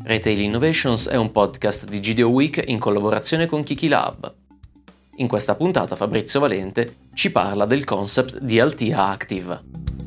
Retail Innovations è un podcast di GDO Week in collaborazione con Kiki Lab. In questa puntata Fabrizio Valente ci parla del concept di Altia Active.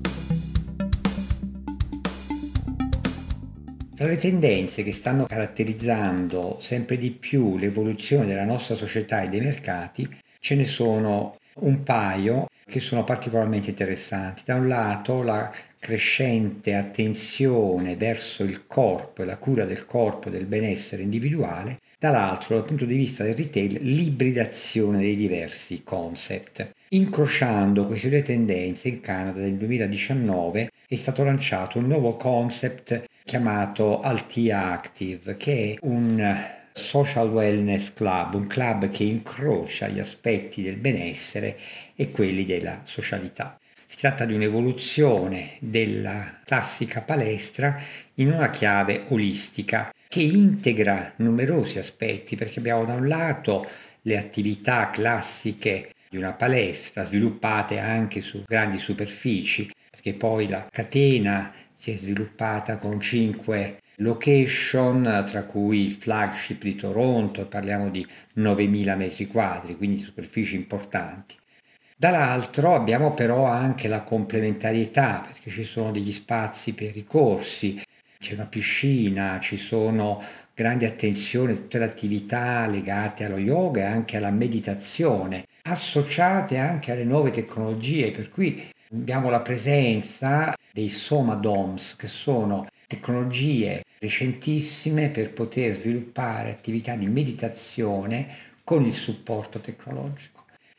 Tra le tendenze che stanno caratterizzando sempre di più l'evoluzione della nostra società e dei mercati, ce ne sono un paio che sono particolarmente interessanti. Da un lato la crescente attenzione verso il corpo e la cura del corpo e del benessere individuale, dall'altro dal punto di vista del retail l'ibridazione dei diversi concept. Incrociando queste due tendenze in Canada nel 2019 è stato lanciato un nuovo concept chiamato Altia Active, che è un social wellness club, un club che incrocia gli aspetti del benessere e quelli della socialità. Si tratta di un'evoluzione della classica palestra in una chiave olistica che integra numerosi aspetti, perché abbiamo da un lato le attività classiche di una palestra sviluppate anche su grandi superfici, perché poi la catena si è sviluppata con 5 location, tra cui il flagship di Toronto, parliamo di 9.000 metri quadri, quindi superfici importanti. Dall'altro abbiamo però anche la complementarietà, perché ci sono degli spazi per i corsi, c'è una piscina, ci sono grandi attenzione a tutte le attività legate allo yoga e anche alla meditazione, associate anche alle nuove tecnologie, per cui abbiamo la presenza dei Somadoms, che sono tecnologie recentissime per poter sviluppare attività di meditazione con il supporto tecnologico.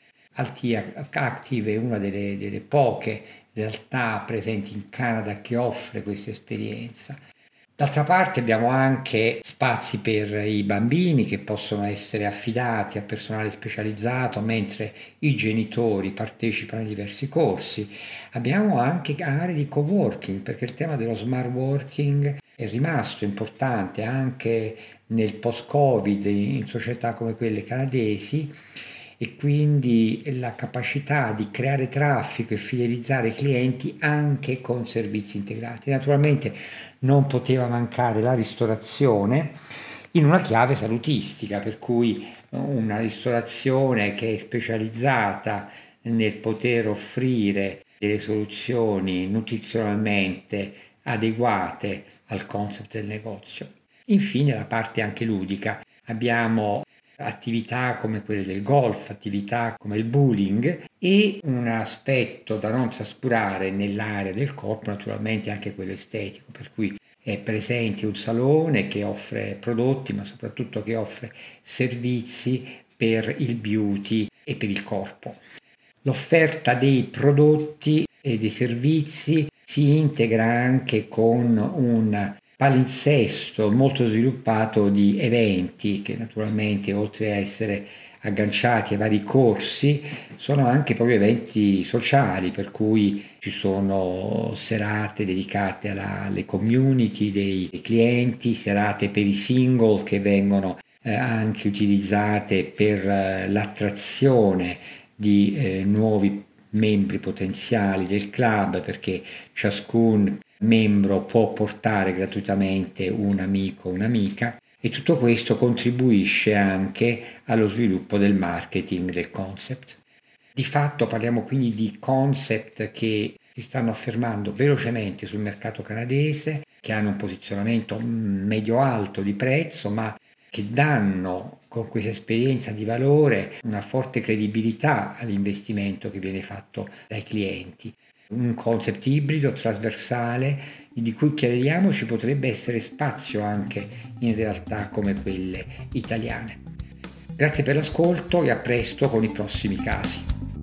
Altia Active è una delle poche realtà presenti in Canada che offre questa esperienza. D'altra parte abbiamo anche spazi per i bambini che possono essere affidati a personale specializzato mentre i genitori partecipano a diversi corsi. Abbiamo anche aree di coworking, perché il tema dello smart working è rimasto importante anche nel post-Covid in società come quelle canadesi, e quindi la capacità di creare traffico e fidelizzare i clienti anche con servizi integrati. Naturalmente non poteva mancare la ristorazione in una chiave salutistica, per cui una ristorazione che è specializzata nel poter offrire delle soluzioni nutrizionalmente adeguate al concept del negozio. Infine la parte anche ludica. Abbiamo attività come quelle del golf, attività come il bowling e un aspetto da non trascurare nell'area del corpo, naturalmente anche quello estetico, per cui è presente un salone che offre prodotti, ma soprattutto che offre servizi per il beauty e per il corpo. L'offerta dei prodotti e dei servizi si integra anche con un palinsesto molto sviluppato di eventi che naturalmente, oltre a essere agganciati ai vari corsi, sono anche proprio eventi sociali, per cui ci sono serate dedicate alle community dei clienti, serate per i single che vengono anche utilizzate per l'attrazione di nuovi membri potenziali del club, perché ciascun membro può portare gratuitamente un amico o un'amica, e tutto questo contribuisce anche allo sviluppo del marketing del concept. Di fatto parliamo quindi di concept che si stanno affermando velocemente sul mercato canadese, che hanno un posizionamento medio-alto di prezzo, ma che danno con questa esperienza di valore una forte credibilità all'investimento che viene fatto dai clienti. Un concept ibrido, trasversale, di cui chiariamo ci potrebbe essere spazio anche in realtà come quelle italiane. Grazie per l'ascolto e a presto con i prossimi casi.